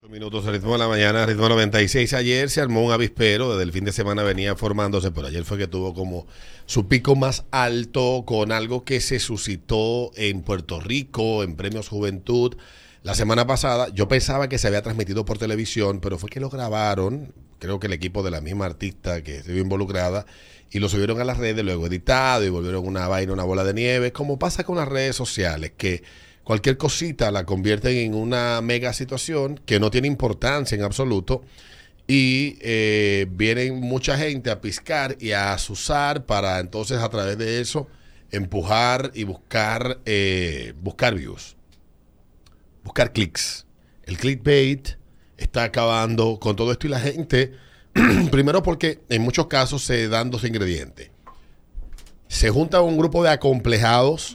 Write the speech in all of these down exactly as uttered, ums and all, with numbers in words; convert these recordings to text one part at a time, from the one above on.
Minutos, ritmo de la mañana, ritmo noventa y seis. Ayer se armó un avispero, desde el fin de semana venía formándose, pero ayer fue que tuvo como su pico más alto con algo que se suscitó en Puerto Rico, en Premios Juventud. La semana pasada yo pensaba que se había transmitido por televisión, pero fue que lo grabaron, creo que el equipo de la misma artista que se vio involucrada, y lo subieron a las redes, luego editado, y volvieron una vaina, una bola de nieve, como pasa con las redes sociales, que cualquier cosita la convierten en una mega situación que no tiene importancia en absoluto, y eh, vienen mucha gente a piscar y a azuzar para entonces a través de eso empujar y buscar eh, buscar views, buscar clics. El clickbait está acabando con todo esto y la gente, primero porque en muchos casos se dan dos ingredientes. Se junta un grupo de acomplejados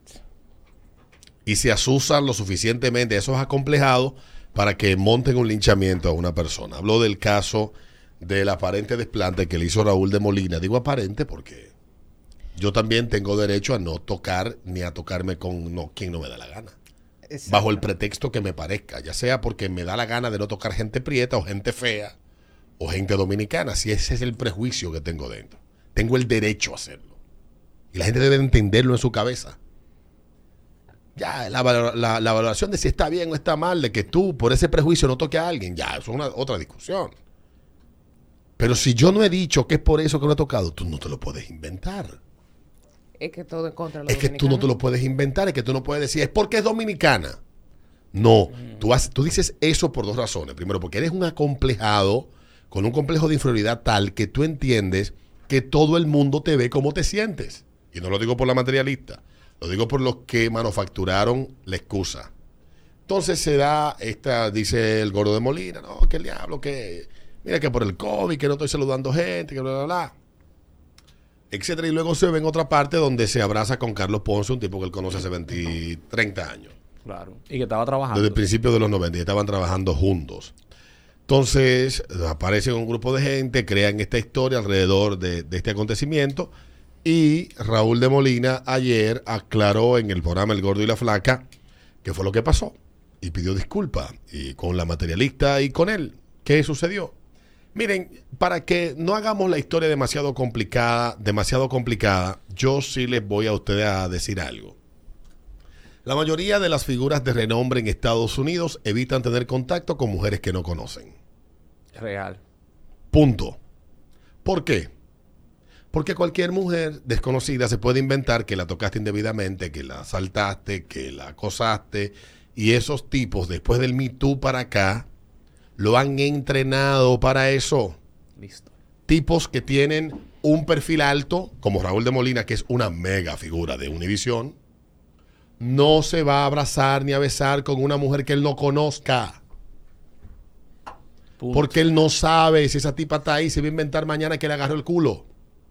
y se asusan lo suficientemente esos acomplejados para que monten un linchamiento a una persona. Habló del caso del aparente desplante que le hizo Raúl de Molina. Digo aparente porque yo también tengo derecho a no tocar ni a tocarme con no, quien no me da la gana. Exacto. Bajo el pretexto que me parezca, ya sea porque me da la gana de no tocar gente prieta o gente fea o gente dominicana, si ese es el prejuicio que tengo dentro. Tengo el derecho a hacerlo. Y la gente debe entenderlo en su cabeza. Ya, la, la, la valoración de si está bien o está mal, de que tú por ese prejuicio no toques a alguien, ya, eso es una, otra discusión. Pero si yo no he dicho que es por eso que lo he tocado, tú no te lo puedes inventar. Es que todo es contra los Es que tú no te lo puedes inventar, es que tú no puedes decir, es porque es dominicana. No, mm. tú, has, tú dices eso por dos razones. Primero, porque eres un acomplejado, con un complejo de inferioridad tal que tú entiendes que todo el mundo te ve como te sientes. Y no lo digo por la materialista. Lo digo por los que manufacturaron la excusa. Entonces se da esta, dice el gordo de Molina, no, que el diablo, que mira que por el COVID, que no estoy saludando gente, que bla, bla, bla, etcétera. Y luego se ve en otra parte donde se abraza con Carlos Ponce, un tipo que él conoce hace veinte, treinta años. Claro, y que estaba trabajando. Desde el principio de los noventa, y estaban trabajando juntos. Entonces aparece un grupo de gente, crean esta historia alrededor de, de este acontecimiento. Y Raúl de Molina ayer aclaró en el programa El Gordo y la Flaca qué fue lo que pasó y pidió disculpas y con la materialista y con él. ¿Qué sucedió? Miren, para que no hagamos la historia demasiado complicada, demasiado complicada, yo sí les voy a ustedes a decir algo. La mayoría de las figuras de renombre en Estados Unidos evitan tener contacto con mujeres que no conocen. Real. Punto. ¿Por qué? Porque cualquier mujer desconocida se puede inventar que la tocaste indebidamente, que la asaltaste, que la acosaste. Y esos tipos, después del Me Too para acá, lo han entrenado para eso. Listo. Tipos que tienen un perfil alto, como Raúl de Molina, que es una mega figura de Univisión, no se va a abrazar ni a besar con una mujer que él no conozca. Punto. Porque él no sabe si esa tipa está ahí, se va a inventar mañana que le agarró el culo.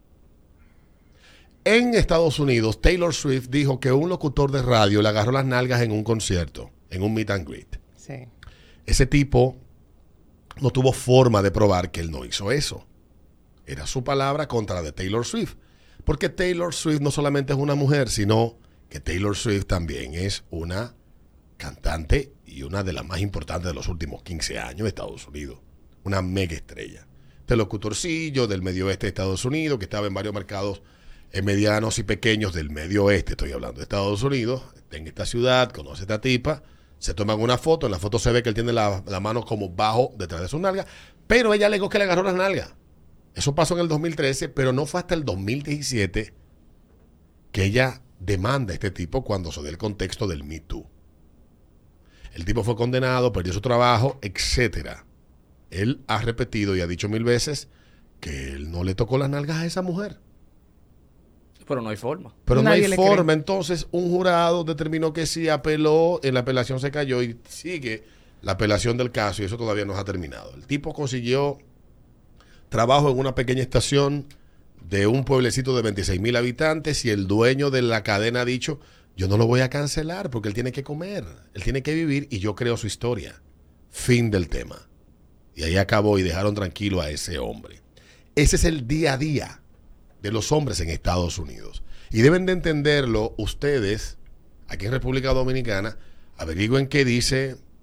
En Estados Unidos, Taylor Swift dijo que un locutor de radio le agarró las nalgas en un concierto, en un meet and greet. Sí. Ese tipo no tuvo forma de probar que él no hizo eso. Era su palabra contra la de Taylor Swift. Porque Taylor Swift no solamente es una mujer, sino que Taylor Swift también es una cantante y una de las más importantes de los últimos quince años de Estados Unidos. Una mega estrella. Este locutorcillo del medio oeste de Estados Unidos, que estaba en varios mercados en medianos y pequeños del medio oeste, estoy hablando de Estados Unidos, está en esta ciudad, conoce a esta tipa, se toman una foto, en la foto se ve que él tiene la, la mano como bajo detrás de su nalga, pero ella alegó que le agarró las nalgas. Eso pasó en el dos mil trece, pero no fue hasta el dos mil diecisiete que ella demanda a este tipo cuando se dio el contexto del Me Too. El tipo fue condenado, perdió su trabajo, etcétera. Él ha repetido y ha dicho mil veces que él no le tocó las nalgas a esa mujer. Pero no hay forma. Pero Nadie no hay forma. Cree. Entonces, un jurado determinó que sí, apeló, en la apelación se cayó y sigue la apelación del caso y eso todavía no ha terminado. El tipo consiguió trabajo en una pequeña estación de un pueblecito de veintiséis mil habitantes y el dueño de la cadena ha dicho, yo no lo voy a cancelar porque él tiene que comer, él tiene que vivir y yo creo su historia. Fin del tema. Y ahí acabó y dejaron tranquilo a ese hombre. Ese es el día a día de los hombres en Estados Unidos. Y deben de entenderlo ustedes, aquí en República Dominicana, averigüen qué dice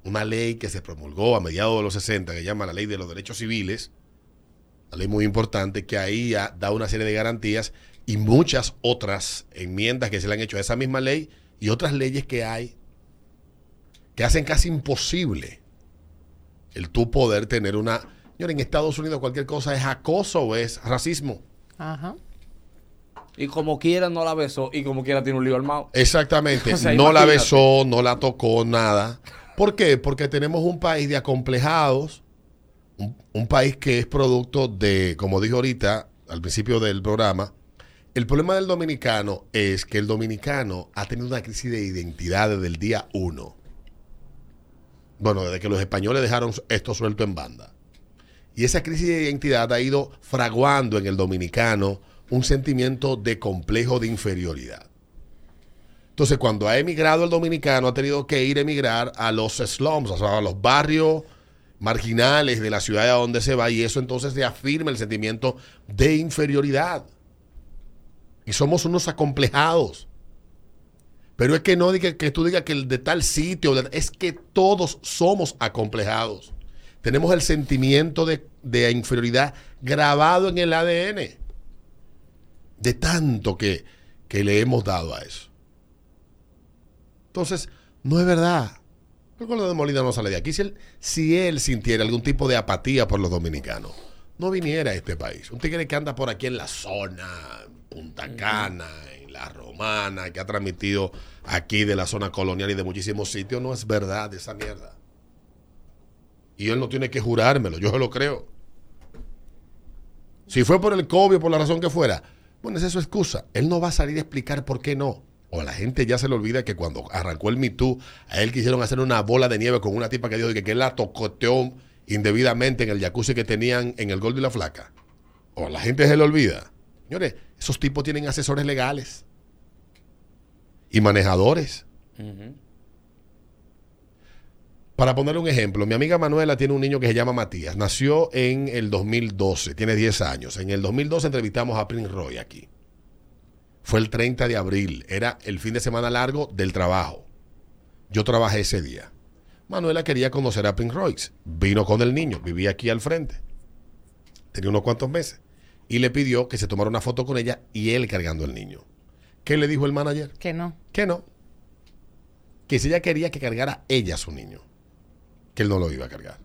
una ley que se promulgó a mediados de los sesenta, que se llama la Ley de los Derechos Civiles, una ley muy importante que ahí da una serie de garantías y muchas otras enmiendas que se le han hecho a esa misma ley y otras leyes que hay que hacen casi imposible el tú poder tener una... Señor, en Estados Unidos cualquier cosa es acoso o es racismo. Ajá. Y como quiera no la besó y como quiera tiene un lío armado. Exactamente. O sea, no la imagínate. besó, no la tocó, nada. ¿Por qué? Porque tenemos un país de acomplejados, un, un país que es producto de, como dije ahorita, al principio del programa, el problema del dominicano es que el dominicano ha tenido una crisis de identidad desde el día uno. Bueno, desde que los españoles dejaron esto suelto en banda. Y esa crisis de identidad ha ido fraguando en el dominicano un sentimiento de complejo de inferioridad. Entonces, cuando ha emigrado el dominicano, ha tenido que ir a emigrar a los slums, o sea, a los barrios marginales de la ciudad a donde se va, y eso entonces le afirma el sentimiento de inferioridad. Y somos unos acomplejados. Pero es que no diga que tú digas que el de tal sitio, es que todos somos acomplejados. Tenemos el sentimiento de, de inferioridad grabado en el A D N. De tanto que, que le hemos dado a eso. Entonces, no es verdad. El Gordo de Molina no sale de aquí. Si él, si él sintiera algún tipo de apatía por los dominicanos, no viniera a este país. Un tigre que anda por aquí en la zona, Punta Cana, en La Romana, que ha transmitido aquí de la zona colonial y de muchísimos sitios, no es verdad esa mierda. Y él no tiene que jurármelo, yo se lo creo. Si fue por el COVID o por la razón que fuera, bueno, esa es su excusa. Él no va a salir a explicar por qué no. O a la gente ya se le olvida que cuando arrancó el Me Too, a él quisieron hacer una bola de nieve con una tipa que dijo que, que él la tocoteó indebidamente en el jacuzzi que tenían en el Gordo y la Flaca. O a la gente se le olvida. Señores, esos tipos tienen asesores legales y manejadores. Uh-huh. Para poner un ejemplo, mi amiga Manuela tiene un niño que se llama Matías. Nació en el dos mil doce, tiene diez años. En el dos mil doce entrevistamos a Prince Roy aquí. Fue el treinta de abril, era el fin de semana largo del trabajo. Yo trabajé ese día. Manuela quería conocer a Prince Royce. Vino con el niño, vivía aquí al frente. Tenía unos cuantos meses. Y le pidió que se tomara una foto con ella y él cargando el niño. ¿Qué le dijo el manager? Que no. Que no. Que si ella quería que cargara ella a su niño, que él no lo iba a cargar.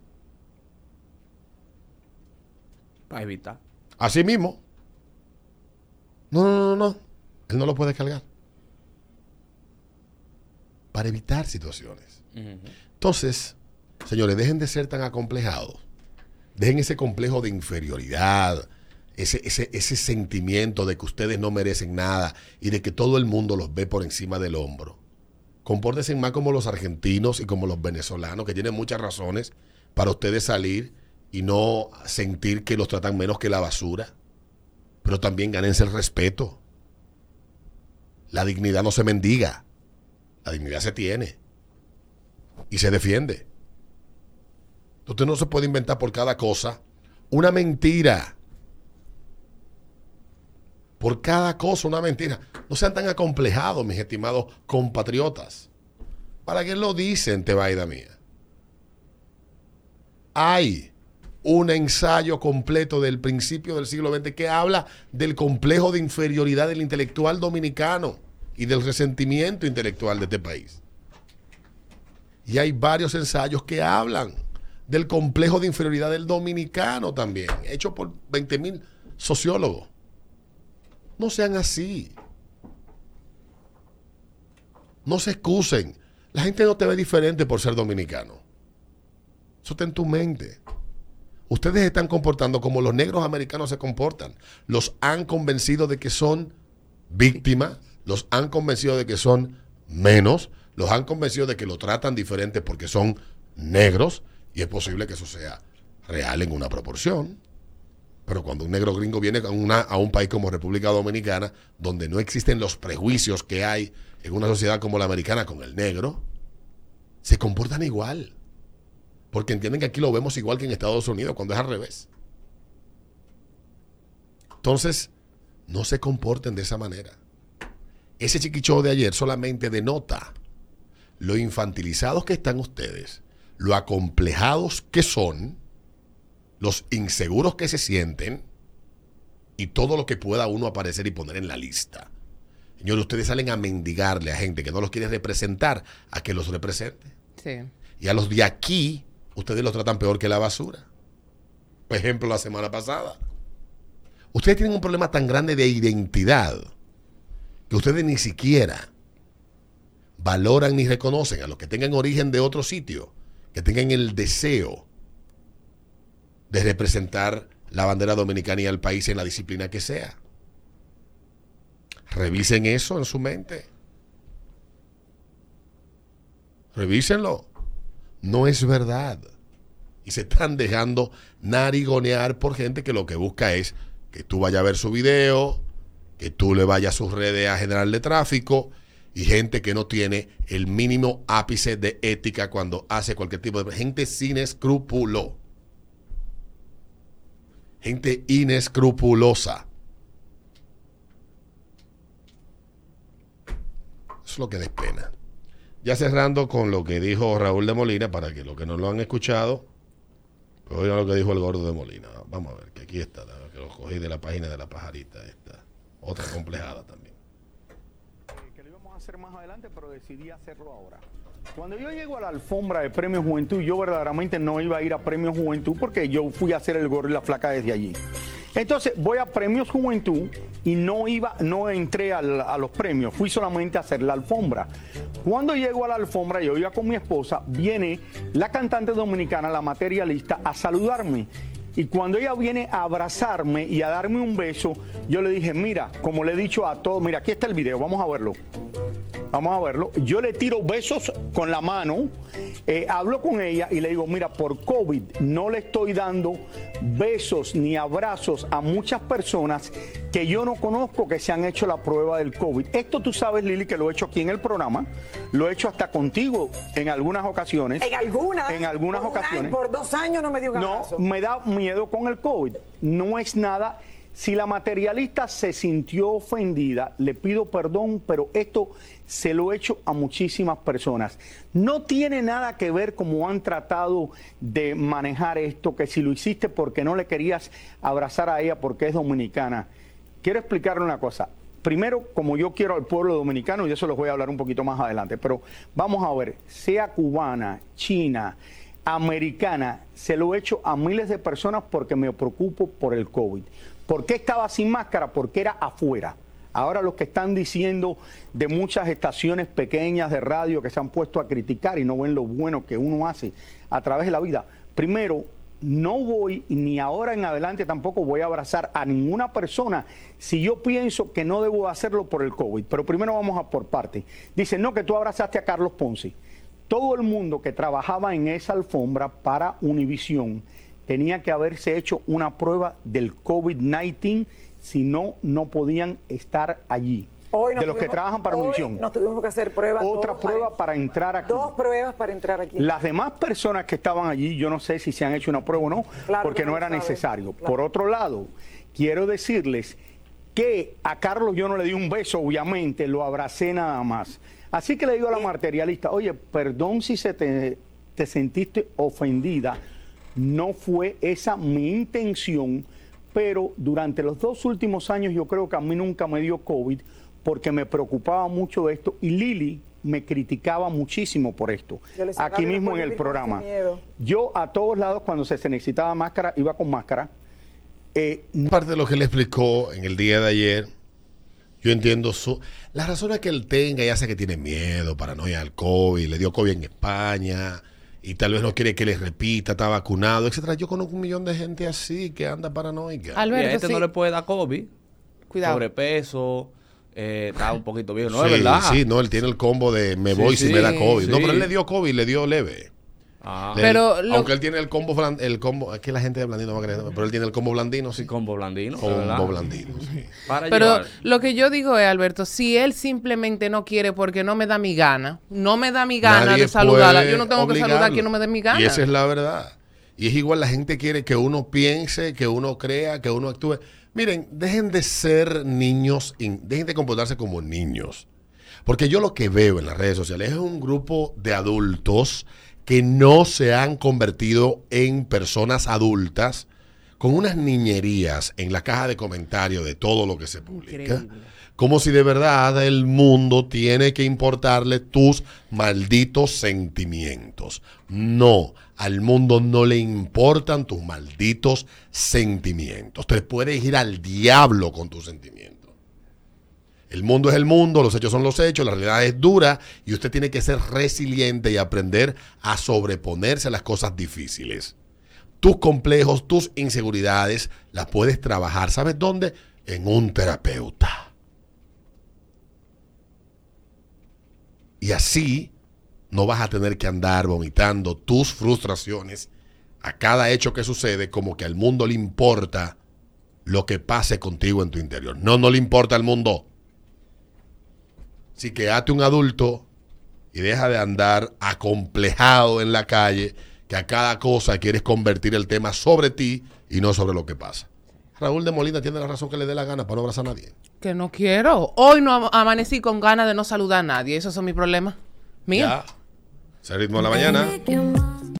Para evitar. Así mismo. No, no, no, no. Él no lo puede cargar. Para evitar situaciones. Uh-huh. Entonces, señores, dejen de ser tan acomplejados. Dejen ese complejo de inferioridad, ese, ese, ese sentimiento de que ustedes no merecen nada y de que todo el mundo los ve por encima del hombro. Compórtense más como los argentinos y como los venezolanos, que tienen muchas razones para ustedes salir y no sentir que los tratan menos que la basura. Pero también gánense el respeto. La dignidad no se mendiga. La dignidad se tiene. Y se defiende. Usted no se puede inventar por cada cosa una mentira. Por cada cosa una mentira. No sean tan acomplejados, mis estimados compatriotas. ¿Para qué lo dicen, Tebaida mía? Hay un ensayo completo del principio del siglo veinte que habla del complejo de inferioridad del intelectual dominicano y del resentimiento intelectual de este país. Y hay varios ensayos que hablan del complejo de inferioridad del dominicano también, hecho por veinte mil sociólogos. No sean así. No se excusen. La gente no te ve diferente por ser dominicano. Eso está en tu mente. Ustedes están comportando como los negros americanos se comportan. Los han convencido de que son víctimas, los han convencido de que son menos, los han convencido de que lo tratan diferente porque son negros, y es posible que eso sea real en una proporción. Pero cuando un negro gringo viene a, una, a un país como República Dominicana, donde no existen los prejuicios que hay en una sociedad como la americana con el negro, se comportan igual. Porque entienden que aquí lo vemos igual que en Estados Unidos, cuando es al revés. Entonces, no se comporten de esa manera. Ese chiquicho de ayer solamente denota lo infantilizados que están ustedes, lo acomplejados que son, los inseguros que se sienten y todo lo que pueda uno aparecer y poner en la lista. Señores, ustedes salen a mendigarle a gente que no los quiere representar a que los represente. Sí. Y a los de aquí, ustedes los tratan peor que la basura. Por ejemplo, la semana pasada. Ustedes tienen un problema tan grande de identidad que ustedes ni siquiera valoran ni reconocen a los que tengan origen de otro sitio, que tengan el deseo de representar la bandera dominicana y al país en la disciplina que sea. Revisen eso en su mente. Revísenlo. No es verdad. Y se están dejando narigonear por gente que lo que busca es que tú vayas a ver su video, que tú le vayas a sus redes a generarle tráfico, y gente que no tiene el mínimo ápice de ética cuando hace cualquier tipo de... Gente sin escrúpulo. Gente inescrupulosa. Eso es lo que despena. Ya cerrando con lo que dijo Raúl de Molina, para que los que no lo han escuchado, pues oigan lo que dijo el gordo de Molina. Vamos a ver, que aquí está, que lo cogí de la página de la pajarita, esta. Otra complejada también. Eh, que lo íbamos a hacer más adelante, pero decidí hacerlo ahora. Cuando yo llego a la alfombra de Premio Juventud, yo verdaderamente no iba a ir a Premio Juventud porque yo fui a hacer el gordo y la flaca desde allí. Entonces voy a Premios Juventud y no iba, no entré al, a los premios, fui solamente a hacer la alfombra. Cuando llego a la alfombra, yo iba con mi esposa, viene la cantante dominicana, la materialista, a saludarme. Y cuando ella viene a abrazarme y a darme un beso, yo le dije, mira, como le he dicho a todos, mira, aquí está el video, vamos a verlo. Vamos a verlo. Yo le tiro besos con la mano, eh, hablo con ella y le digo, mira, por COVID no le estoy dando besos ni abrazos a muchas personas que yo no conozco que se han hecho la prueba del COVID. Esto tú sabes, Lili, que lo he hecho aquí en el programa, lo he hecho hasta contigo en algunas ocasiones. En algunas. En algunas por ocasiones. Año, por dos años no me dio un abrazo. No, me da miedo con el COVID. No es nada. Si la materialista se sintió ofendida, le pido perdón, pero esto se lo he hecho a muchísimas personas. No tiene nada que ver cómo han tratado de manejar esto, que si lo hiciste porque no le querías abrazar a ella porque es dominicana. Quiero explicarle una cosa. Primero, como yo quiero al pueblo dominicano, y de eso les voy a hablar un poquito más adelante, pero vamos a ver, sea cubana, china, americana, se lo he hecho a miles de personas porque me preocupo por el COVID. ¿Por qué estaba sin máscara? Porque era afuera. Ahora los que están diciendo de muchas estaciones pequeñas de radio que se han puesto a criticar y no ven lo bueno que uno hace a través de la vida. Primero, no voy, ni ahora en adelante tampoco voy a abrazar a ninguna persona si yo pienso que no debo hacerlo por el COVID. Pero primero vamos a por parte. Dicen, no, que tú abrazaste a Carlos Ponce. Todo el mundo que trabajaba en esa alfombra para Univisión tenía que haberse hecho una prueba del COVID diecinueve, si no, no podían estar allí. Hoy nos de los tuvimos, que trabajan para hoy Univisión. Nos tuvimos que hacer pruebas. Otra dos, prueba hay, para entrar aquí. Dos pruebas para entrar aquí. Las demás personas que estaban allí, yo no sé si se han hecho una prueba o no, claro porque no, no era sabe. necesario. Claro. Por otro lado, quiero decirles que a Carlos yo no le di un beso, obviamente, lo abracé nada más. Así que le digo a la materialista, oye, perdón si se te, te sentiste ofendida, no fue esa mi intención, pero durante los dos últimos años yo creo que a mí nunca me dio COVID porque me preocupaba mucho de esto y Lili me criticaba muchísimo por esto, aquí mismo en el programa. Yo a todos lados cuando se necesitaba máscara iba con máscara. Eh, Parte de lo que él explicó en el día de ayer, yo entiendo su, las razones que él tenga, ya sé que tiene miedo, paranoia al COVID, le dio COVID en España y tal vez no quiere que le repita, está vacunado, etcétera. Yo conozco un millón de gente así que anda paranoica. Alberto, y a este sí. no le puede dar COVID, Cuidado. sobrepeso, eh, está un poquito viejo, no sí, es verdad. Sí, no, él tiene el combo de me Sí, voy si sí, me da COVID. sí. No, pero él le dio COVID, le dio leve. Ah, Le- Pero lo- aunque él tiene el combo, blan- el combo, es que la gente de blandino va a creer, pero él tiene el combo blandino, sí. sí, combo blandino, de verdad. Combo blandino, sí. Para Pero llevar. lo que yo digo es, Alberto, si él simplemente no quiere porque no me da mi gana, no me da mi gana Nadie de saludarla, puede yo no tengo que saludar a obligarlo. quien no me dé mi gana. Y esa es la verdad. Y es igual, la gente quiere que uno piense, que uno crea, que uno actúe. Miren, dejen de ser niños, in- dejen de comportarse como niños. Porque yo lo que veo en las redes sociales es un grupo de adultos que no se han convertido en personas adultas con unas niñerías en la caja de comentarios de todo lo que se publica. Increíble. Como si de verdad el mundo tiene que importarle tus malditos sentimientos. No, al mundo no le importan tus malditos sentimientos. Te puedes ir al diablo con tus sentimientos. El mundo es el mundo, los hechos son los hechos, la realidad es dura y usted tiene que ser resiliente y aprender a sobreponerse a las cosas difíciles. Tus complejos, tus inseguridades, las puedes trabajar. ¿Sabes dónde? En un terapeuta. Y así no vas a tener que andar vomitando tus frustraciones a cada hecho que sucede como que al mundo le importa lo que pase contigo en tu interior. No, no le importa al mundo. Así que hazte un adulto y deja de andar acomplejado en la calle que a cada cosa quieres convertir el tema sobre ti y no sobre lo que pasa. Raúl de Molina tiene la razón que le dé la gana para no abrazar a nadie. Que no quiero. Hoy no am- amanecí con ganas de no saludar a nadie. Esos son mis problemas. Míos. Ya. Ese ritmo de la mañana.